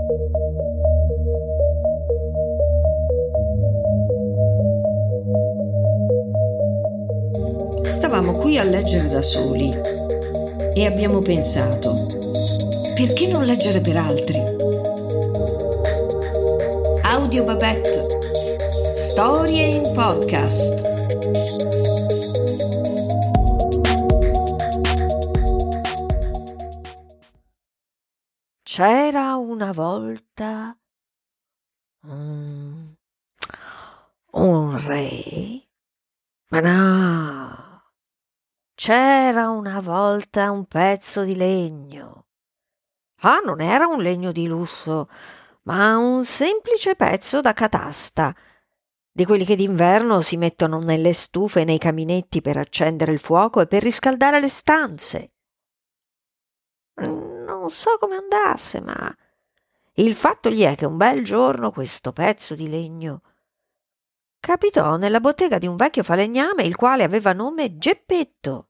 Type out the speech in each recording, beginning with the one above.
Stavamo qui a leggere da soli e abbiamo pensato, perché non leggere per altri? Audio Babette, storie in podcast. C'era una volta un re? Ma no! C'era una volta un pezzo di legno. Non era un legno di lusso, ma un semplice pezzo da catasta, di quelli che d'inverno si mettono nelle stufe e nei caminetti per accendere il fuoco e per riscaldare le stanze. Non so come andasse, ma il fatto gli è che un bel giorno questo pezzo di legno capitò nella bottega di un vecchio falegname, il quale aveva nome Geppetto.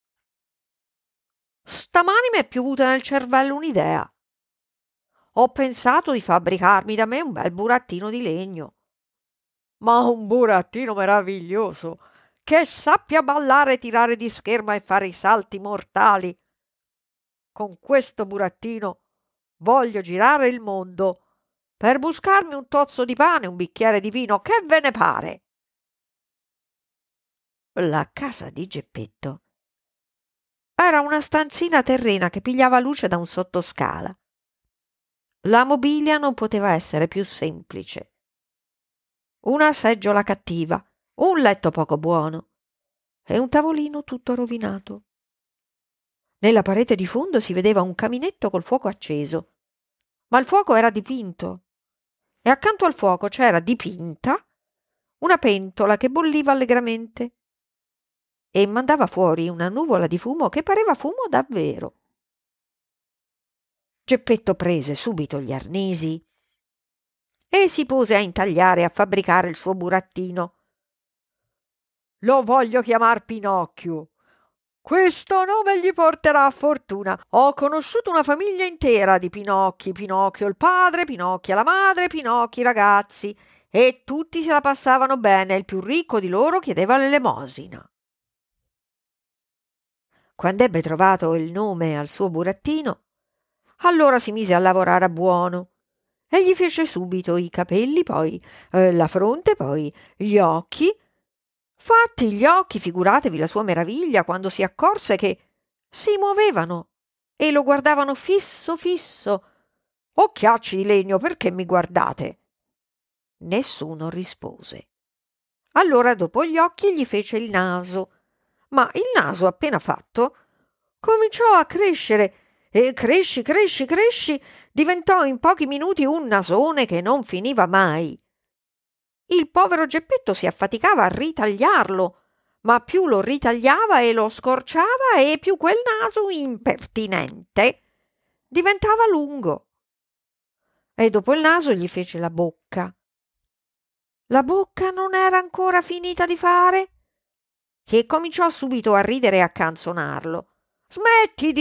Stamani mi è piovuta nel cervello un'idea. Ho pensato di fabbricarmi da me un bel burattino di legno, ma un burattino meraviglioso, che sappia ballare, tirare di scherma e fare i salti mortali. Con questo burattino voglio girare il mondo per buscarmi un tozzo di pane e un bicchiere di vino, che ve ne pare? La casa di Geppetto era una stanzina terrena che pigliava luce da un sottoscala. La mobilia non poteva essere più semplice. Una seggiola cattiva, un letto poco buono e un tavolino tutto rovinato. Nella parete di fondo si vedeva un caminetto col fuoco acceso, ma il fuoco era dipinto e accanto al fuoco c'era dipinta una pentola che bolliva allegramente e mandava fuori una nuvola di fumo che pareva fumo davvero. Geppetto prese subito gli arnesi e si pose a intagliare e a fabbricare il suo burattino. Lo voglio chiamar Pinocchio. Questo nome gli porterà fortuna. Ho conosciuto una famiglia intera di Pinocchi, Pinocchio il padre, Pinocchia la madre, Pinocchi i ragazzi, e tutti se la passavano bene. Il più ricco di loro chiedeva l'elemosina. Quando ebbe trovato il nome al suo burattino, allora si mise a lavorare a buono e gli fece subito i capelli, poi la fronte, poi gli occhi. Fatti gli occhi, figuratevi la sua meraviglia quando si accorse che si muovevano e lo guardavano fisso fisso. Occhiacci di legno, perché mi guardate? Nessuno rispose. Allora dopo gli occhi gli fece il naso, ma il naso appena fatto cominciò a crescere e cresci, diventò in pochi minuti un nasone che non finiva mai. Il povero Geppetto si affaticava a ritagliarlo, ma più lo ritagliava e lo scorciava e più quel naso impertinente diventava lungo. E dopo il naso gli fece la bocca. La bocca non era ancora finita di fare, che cominciò subito a ridere e a canzonarlo. Smetti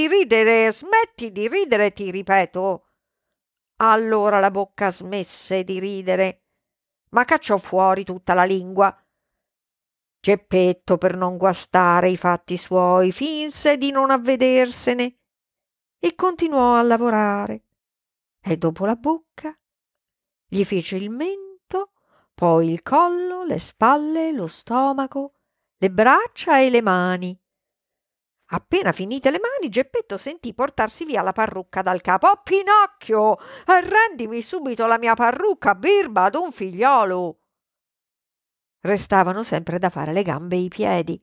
di ridere, ti ripeto. Allora la bocca smesse di ridere, ma cacciò fuori tutta la lingua. Geppetto, per non guastare i fatti suoi, finse di non avvedersene e continuò a lavorare. E dopo la bocca gli fece il mento, poi il collo, le spalle, lo stomaco, le braccia e le mani. Appena finite le mani, Geppetto sentì portarsi via la parrucca dal capo. «Oh, Pinocchio, rendimi subito la mia parrucca, birba ad un figliolo!» Restavano sempre da fare le gambe e i piedi.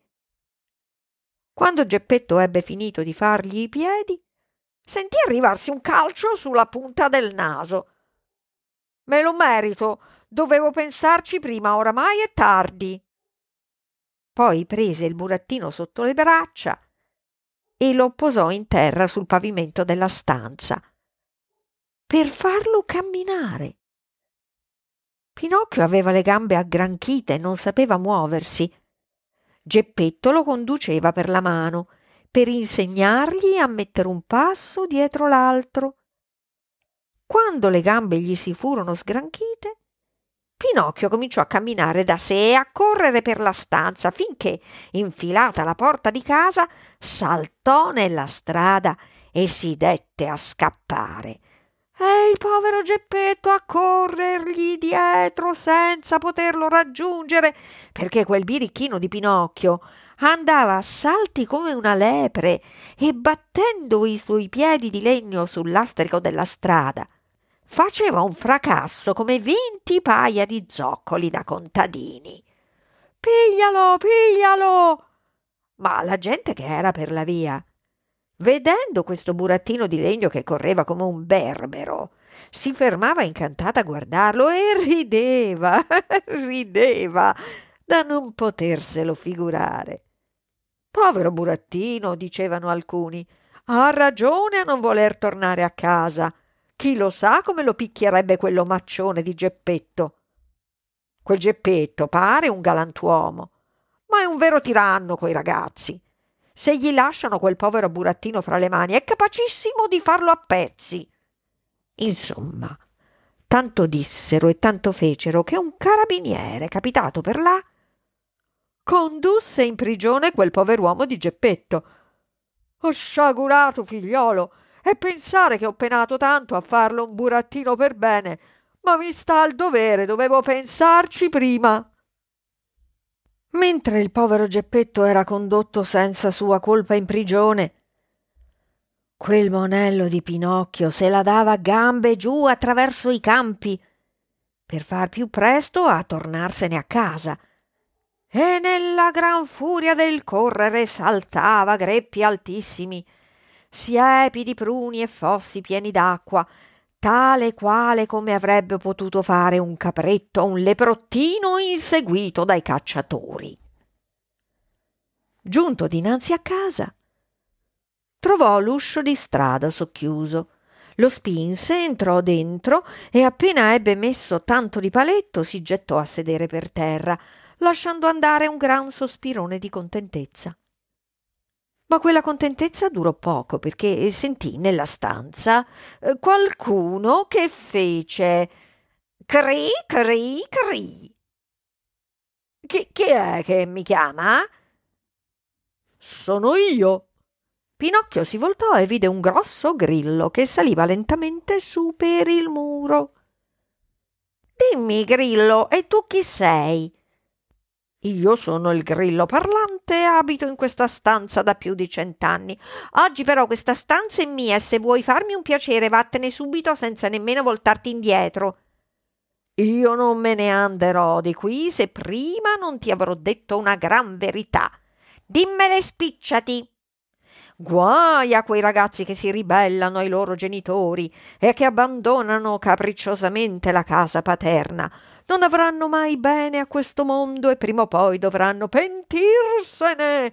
Quando Geppetto ebbe finito di fargli i piedi, sentì arrivarsi un calcio sulla punta del naso. «Me lo merito, dovevo pensarci prima, oramai è tardi!» Poi prese il burattino sotto le braccia e lo posò in terra sul pavimento della stanza per farlo camminare. Pinocchio aveva le gambe aggranchite e non sapeva muoversi. Geppetto lo conduceva per la mano per insegnargli a mettere un passo dietro l'altro. Quando le gambe gli si furono sgranchite, Pinocchio cominciò a camminare da sé e a correre per la stanza finché, infilata la porta di casa, saltò nella strada e si dette a scappare. E il povero Geppetto a corrergli dietro senza poterlo raggiungere, perché quel birichino di Pinocchio andava a salti come una lepre e battendo i suoi piedi di legno sull'astrico della strada faceva un fracasso come 20 paia di zoccoli da contadini. Piglialo, piglialo! Ma la gente che era per la via, vedendo questo burattino di legno che correva come un berbero, si fermava incantata a guardarlo e rideva, rideva da non poterselo figurare. Povero burattino, dicevano alcuni, ha ragione a non voler tornare a casa. Chi lo sa come lo picchierebbe quell'omaccione di Geppetto. Quel Geppetto pare un galantuomo, ma è un vero tiranno coi ragazzi. Se gli lasciano quel povero burattino fra le mani, è capacissimo di farlo a pezzi. Insomma, tanto dissero e tanto fecero che un carabiniere, capitato per là, condusse in prigione quel pover'uomo di Geppetto. Ho sciagurato, figliolo, e pensare che ho penato tanto a farlo un burattino per bene, ma mi sta al dovere, dovevo pensarci prima. Mentre il povero Geppetto era condotto senza sua colpa in prigione, quel monello di Pinocchio se la dava a gambe giù attraverso i campi per far più presto a tornarsene a casa, e nella gran furia del correre saltava a greppi altissimi, siepi di pruni e fossi pieni d'acqua, tale quale come avrebbe potuto fare un capretto o un leprottino inseguito dai cacciatori. Giunto dinanzi a casa, trovò l'uscio di strada socchiuso, lo spinse, entrò dentro e appena ebbe messo tanto di paletto si gettò a sedere per terra, lasciando andare un gran sospirone di contentezza. Ma quella contentezza durò poco, perché sentì nella stanza qualcuno che fece cri cri cri. Chi è che mi chiama? Sono io. Pinocchio si voltò e vide un grosso grillo che saliva lentamente su per il muro. Dimmi, grillo, e tu chi sei? Io sono il grillo parlante e abito in questa stanza da più di 100 anni. Oggi però questa stanza è mia e se vuoi farmi un piacere vattene subito senza nemmeno voltarti indietro. Io non me ne anderò di qui se prima non ti avrò detto una gran verità. Dimmene, spicciati. Guai a quei ragazzi che si ribellano ai loro genitori e che abbandonano capricciosamente la casa paterna. Non avranno mai bene a questo mondo e prima o poi dovranno pentirsene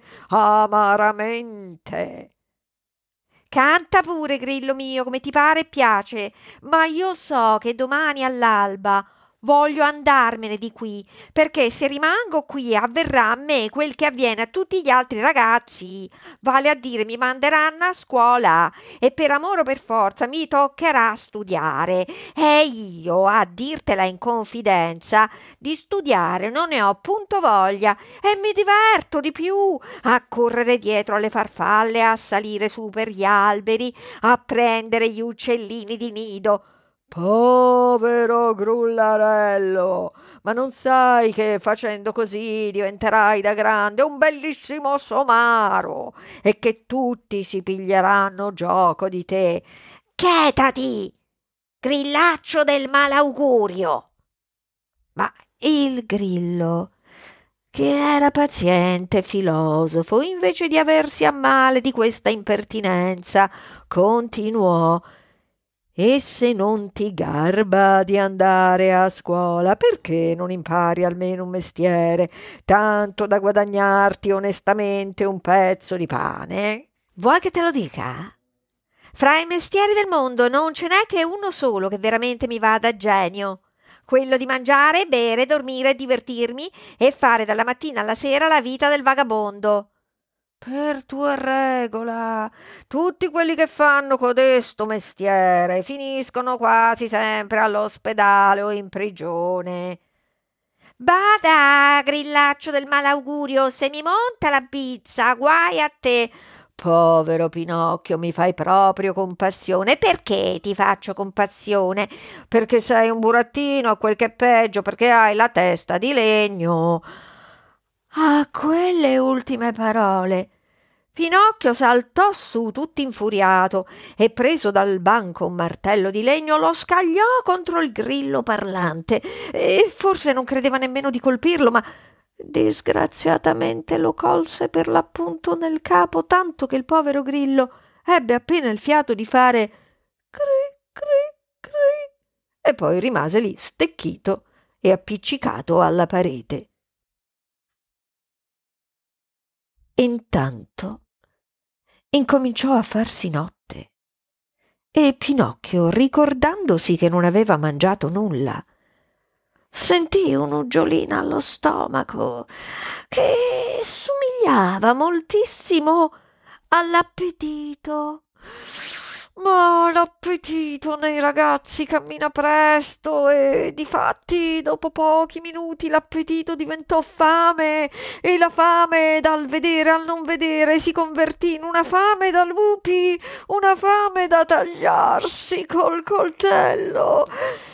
amaramente. Canta pure, grillo mio, come ti pare e piace, ma io so che domani all'alba voglio andarmene di qui, perché se rimango qui avverrà a me quel che avviene a tutti gli altri ragazzi, vale a dire mi manderanno a scuola e per amore o per forza mi toccherà studiare e io, a dirtela in confidenza, di studiare non ne ho punto voglia e mi diverto di più a correre dietro alle farfalle, a salire su per gli alberi, a prendere gli uccellini di nido. Povero grullarello, ma non sai che facendo così diventerai da grande un bellissimo somaro e che tutti si piglieranno gioco di te. Chetati, grillaccio del malaugurio. Ma il grillo, che era paziente filosofo, invece di aversi a male di questa impertinenza, continuò: e se non ti garba di andare a scuola, perché non impari almeno un mestiere, tanto da guadagnarti onestamente un pezzo di pane? Vuoi che te lo dica? Fra i mestieri del mondo non ce n'è che uno solo che veramente mi va da genio. Quello di mangiare, bere, dormire, divertirmi e fare dalla mattina alla sera la vita del vagabondo. Per tua regola, tutti quelli che fanno codesto mestiere finiscono quasi sempre all'ospedale o in prigione. Bada, grillaccio del malaugurio, se mi monta la bizza, guai a te. Povero Pinocchio, mi fai proprio compassione. Perché ti faccio compassione? Perché sei un burattino, a quel che è peggio, perché hai la testa di legno. A quelle ultime parole Pinocchio saltò su tutto infuriato e, preso dal banco un martello di legno, lo scagliò contro il grillo parlante e forse non credeva nemmeno di colpirlo, ma disgraziatamente lo colse per l'appunto nel capo, tanto che il povero grillo ebbe appena il fiato di fare cri cri cri e poi rimase lì stecchito e appiccicato alla parete. Intanto incominciò a farsi notte e Pinocchio, ricordandosi che non aveva mangiato nulla, sentì un'uggiolina allo stomaco che somigliava moltissimo all'appetito. Ma l'appetito nei ragazzi cammina presto e difatti dopo pochi minuti l'appetito diventò fame e la fame dal vedere al non vedere si convertì in una fame da lupi, una fame da tagliarsi col coltello.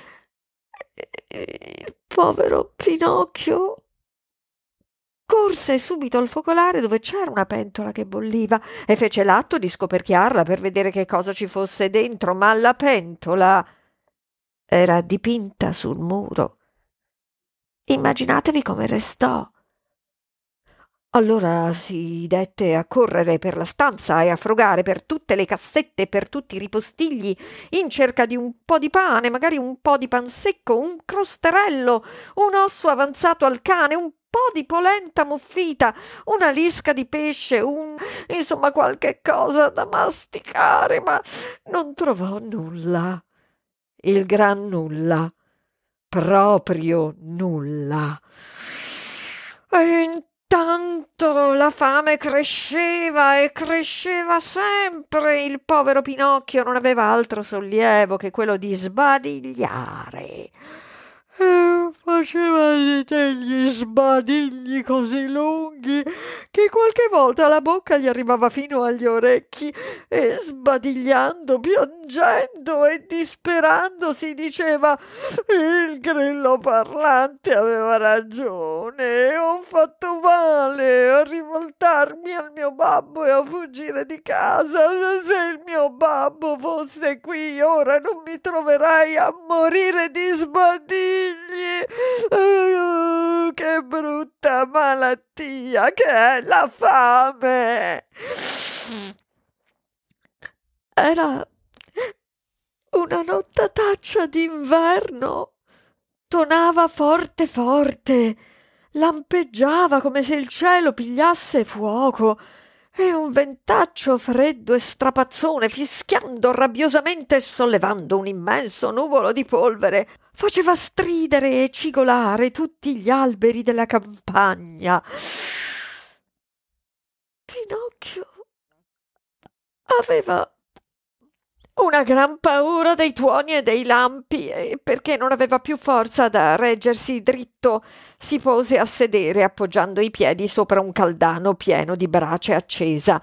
Il povero Pinocchio corse subito al focolare dove c'era una pentola che bolliva e fece l'atto di scoperchiarla per vedere che cosa ci fosse dentro, ma la pentola era dipinta sul muro. Immaginatevi come restò. Allora si dette a correre per la stanza e a frugare per tutte le cassette e per tutti i ripostigli in cerca di un po' di pane, magari un po' di pan secco, un crosterello, un osso avanzato al cane, un po' di polenta muffita, una lisca di pesce, insomma qualche cosa da masticare, ma non trovò nulla. Il gran nulla, proprio nulla. E intanto la fame cresceva e cresceva sempre. Il povero Pinocchio non aveva altro sollievo che quello di sbadigliare. Faceva degli sbadigli così lunghi che qualche volta la bocca gli arrivava fino agli orecchi e sbadigliando, piangendo e disperandosi diceva: il grillo parlante aveva ragione, ho fatto male a rivoltarmi al mio babbo e a fuggire di casa. Se il mio babbo fosse qui ora non mi troverei a morire di sbadigli. Che brutta malattia che è la fame. Era una nottataccia d'inverno, tonava forte forte, lampeggiava come se il cielo pigliasse fuoco e un ventaccio freddo e strapazzone, fischiando rabbiosamente e sollevando un immenso nuvolo di polvere, faceva stridere e cigolare tutti gli alberi della campagna. Pinocchio aveva una gran paura dei tuoni e dei lampi e, perché non aveva più forza da reggersi dritto, si pose a sedere appoggiando i piedi sopra un caldano pieno di brace accesa.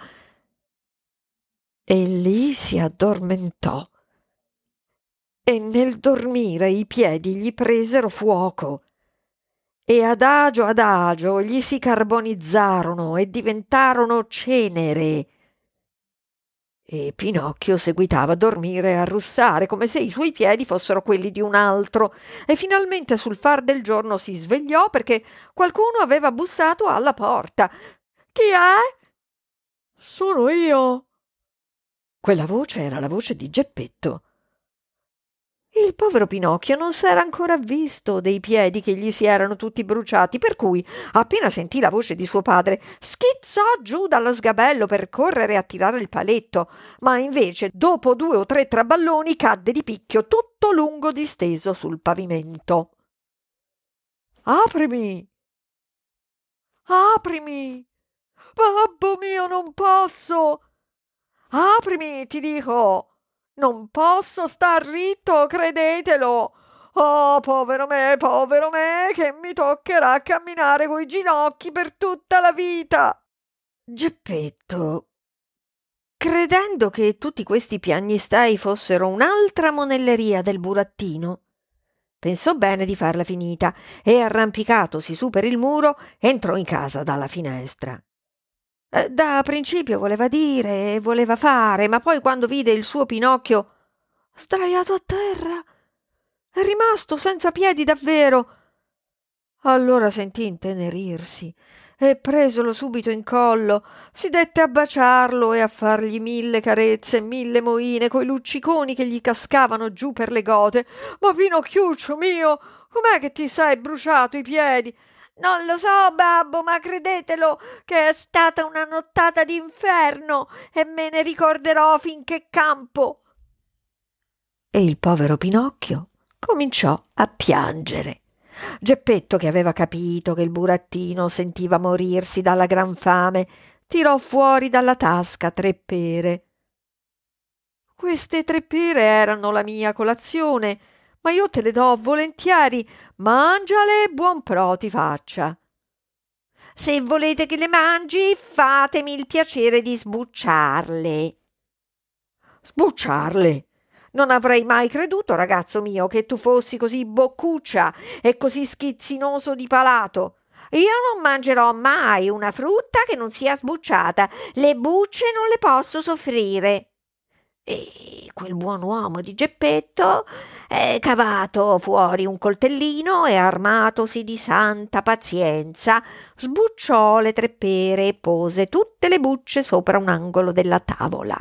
E lì si addormentò. E nel dormire i piedi gli presero fuoco e adagio gli si carbonizzarono e diventarono cenere. E Pinocchio seguitava a dormire e a russare come se i suoi piedi fossero quelli di un altro e finalmente sul far del giorno si svegliò perché qualcuno aveva bussato alla porta. «Chi è?» «Sono io!» Quella voce era la voce di Geppetto. Il povero Pinocchio non s'era ancora visto dei piedi che gli si erano tutti bruciati, per cui, appena sentì la voce di suo padre, schizzò giù dallo sgabello per correre a tirare il paletto, ma invece, dopo 2 o 3 traballoni, cadde di picchio tutto lungo disteso sul pavimento. «Aprimi! Aprimi! babbo mio, non posso! Aprimi, ti dico! Non posso star ritto, credetelo! Oh, povero me, che mi toccherà camminare coi ginocchi per tutta la vita!» Geppetto, credendo che tutti questi piagnistei fossero un'altra monelleria del burattino, pensò bene di farla finita e, arrampicatosi su per il muro, entrò in casa dalla finestra. Da principio voleva dire e voleva fare, ma poi, quando vide il suo Pinocchio sdraiato a terra, è rimasto senza piedi davvero, allora sentì intenerirsi e, presolo subito in collo, si dette a baciarlo e a fargli 1000 carezze e 1000 moine coi lucciconi che gli cascavano giù per le gote. «Ma Pinocchiuccio mio, com'è che ti sei bruciato i piedi?» «Non lo so, babbo, ma credetelo che è stata una nottata d'inferno e me ne ricorderò finché campo!» E il povero Pinocchio cominciò a piangere. Geppetto, che aveva capito che il burattino sentiva morirsi dalla gran fame, tirò fuori dalla tasca 3 pere. «Queste 3 pere erano la mia colazione, ma io te le do volentieri, mangiale e buon pro ti faccia.» «Se volete che le mangi, fatemi il piacere di sbucciarle.» «Sbucciarle? Non avrei mai creduto, ragazzo mio, che tu fossi così boccuccia e così schizzinoso di palato. Io non mangerò mai una frutta che non sia sbucciata. Le bucce non le posso soffrire.» E quel buon uomo di Geppetto, cavato fuori un coltellino e armatosi di santa pazienza, sbucciò le 3 pere e pose tutte le bucce sopra un angolo della tavola.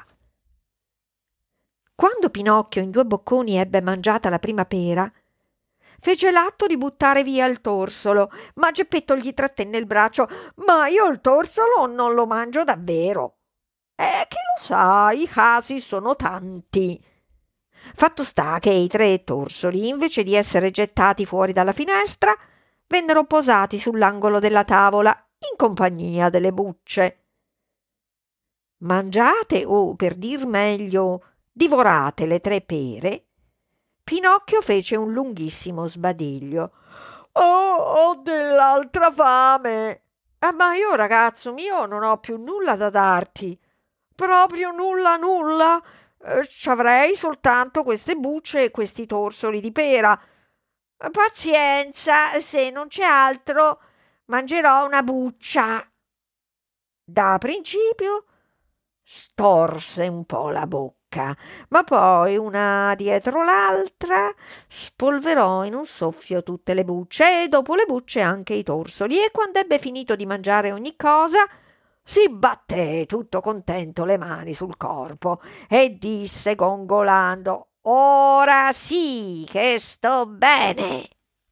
Quando Pinocchio in 2 bocconi ebbe mangiata la prima pera, fece l'atto di buttare via il torsolo, ma Geppetto gli trattenne il braccio. «Ma io il torsolo non lo mangio davvero. Che lo sai, i casi sono tanti.» Fatto sta che i 3 torsoli, invece di essere gettati fuori dalla finestra, vennero posati sull'angolo della tavola in compagnia delle bucce. Mangiate, o per dir meglio, divorate le 3 pere, Pinocchio fece un lunghissimo sbadiglio. Ho dell'altra fame!» «Ma io, ragazzo mio, non ho più nulla da darti, proprio nulla. C'avrei soltanto queste bucce e questi torsoli di pera. Pazienza, se non c'è altro, mangerò una buccia.» Da principio storse un po' la bocca, ma poi, una dietro l'altra, spolverò in un soffio tutte le bucce e dopo le bucce anche i torsoli, e quando ebbe finito di mangiare ogni cosa si batté tutto contento le mani sul corpo e disse gongolando: «Ora sì che sto bene!»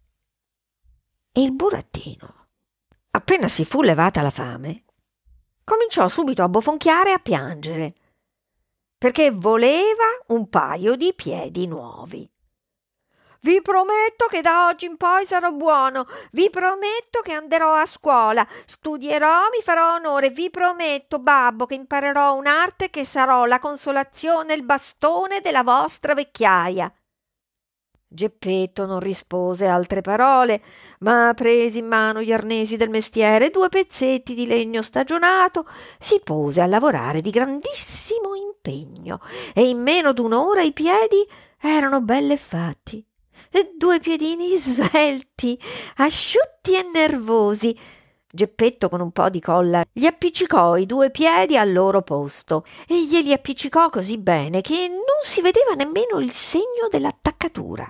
E il burattino, appena si fu levata la fame, cominciò subito a bofonchiare e a piangere, perché voleva un paio di piedi nuovi. «Vi prometto che da oggi in poi sarò buono, vi prometto che anderò a scuola, studierò, mi farò onore, vi prometto, babbo, che imparerò un'arte che sarò la consolazione e il bastone della vostra vecchiaia.» Geppetto non rispose altre parole, ma presi in mano gli arnesi del mestiere e 2 pezzetti di legno stagionato, si pose a lavorare di grandissimo impegno, e in meno d'1 ora i piedi erano belle fatti, e 2 piedini svelti, asciutti e nervosi. Geppetto, con un po' di colla, gli appiccicò i 2 piedi al loro posto e glieli appiccicò così bene che non si vedeva nemmeno il segno dell'attaccatura.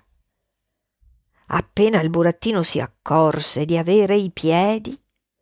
Appena il burattino si accorse di avere i piedi,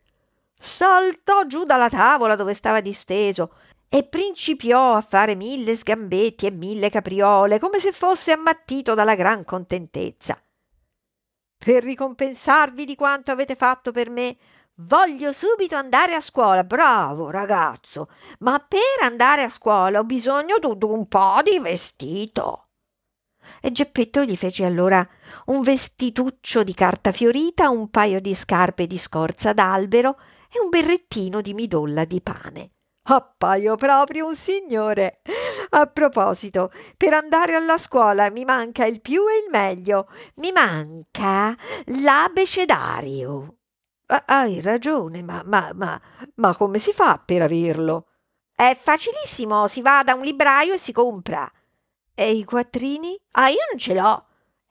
saltò giù dalla tavola dove stava disteso e principiò a fare 1000 sgambetti e 1000 capriole, come se fosse ammattito dalla gran contentezza. «Per ricompensarvi di quanto avete fatto per me, voglio subito andare a scuola.» «Bravo, ragazzo, ma per andare a scuola ho bisogno d'un po' di vestito.» E Geppetto gli fece allora un vestituccio di carta fiorita, un paio di scarpe di scorza d'albero e un berrettino di midolla di pane. Appaio proprio un signore. A proposito, per andare alla scuola mi manca il più e il meglio. Mi manca l'abecedario. Hai ragione, ma come si fa per averlo? È facilissimo, si va da un libraio e si compra. E i quattrini? Ah, io non ce l'ho.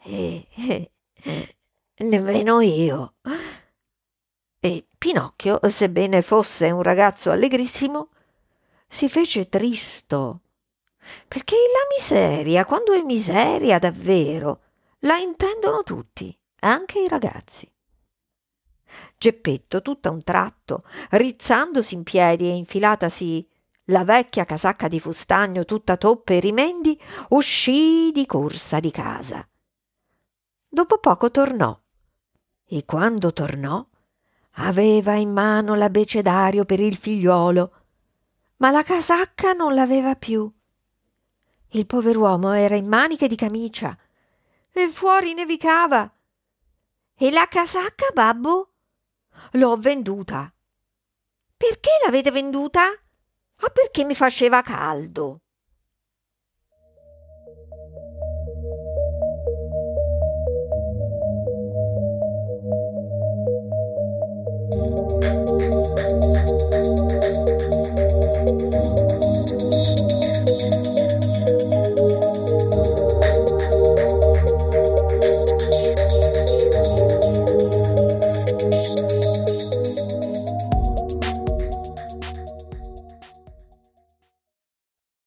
Nemmeno io. E Pinocchio, sebbene fosse un ragazzo allegrissimo, si fece tristo, perché la miseria, quando è miseria davvero, la intendono tutti, anche i ragazzi. Geppetto, tutt'a un tratto, rizzandosi in piedi e infilatasi la vecchia casacca di fustagno tutta toppe e rimendi, uscì di corsa di casa. Dopo poco tornò, e quando tornò aveva in mano l'abecedario per il figliuolo, ma la casacca non l'aveva più. Il pover'uomo era in maniche di camicia e fuori nevicava. E la casacca, babbo? L'ho venduta. Perché l'avete venduta? Ah, perché mi faceva caldo.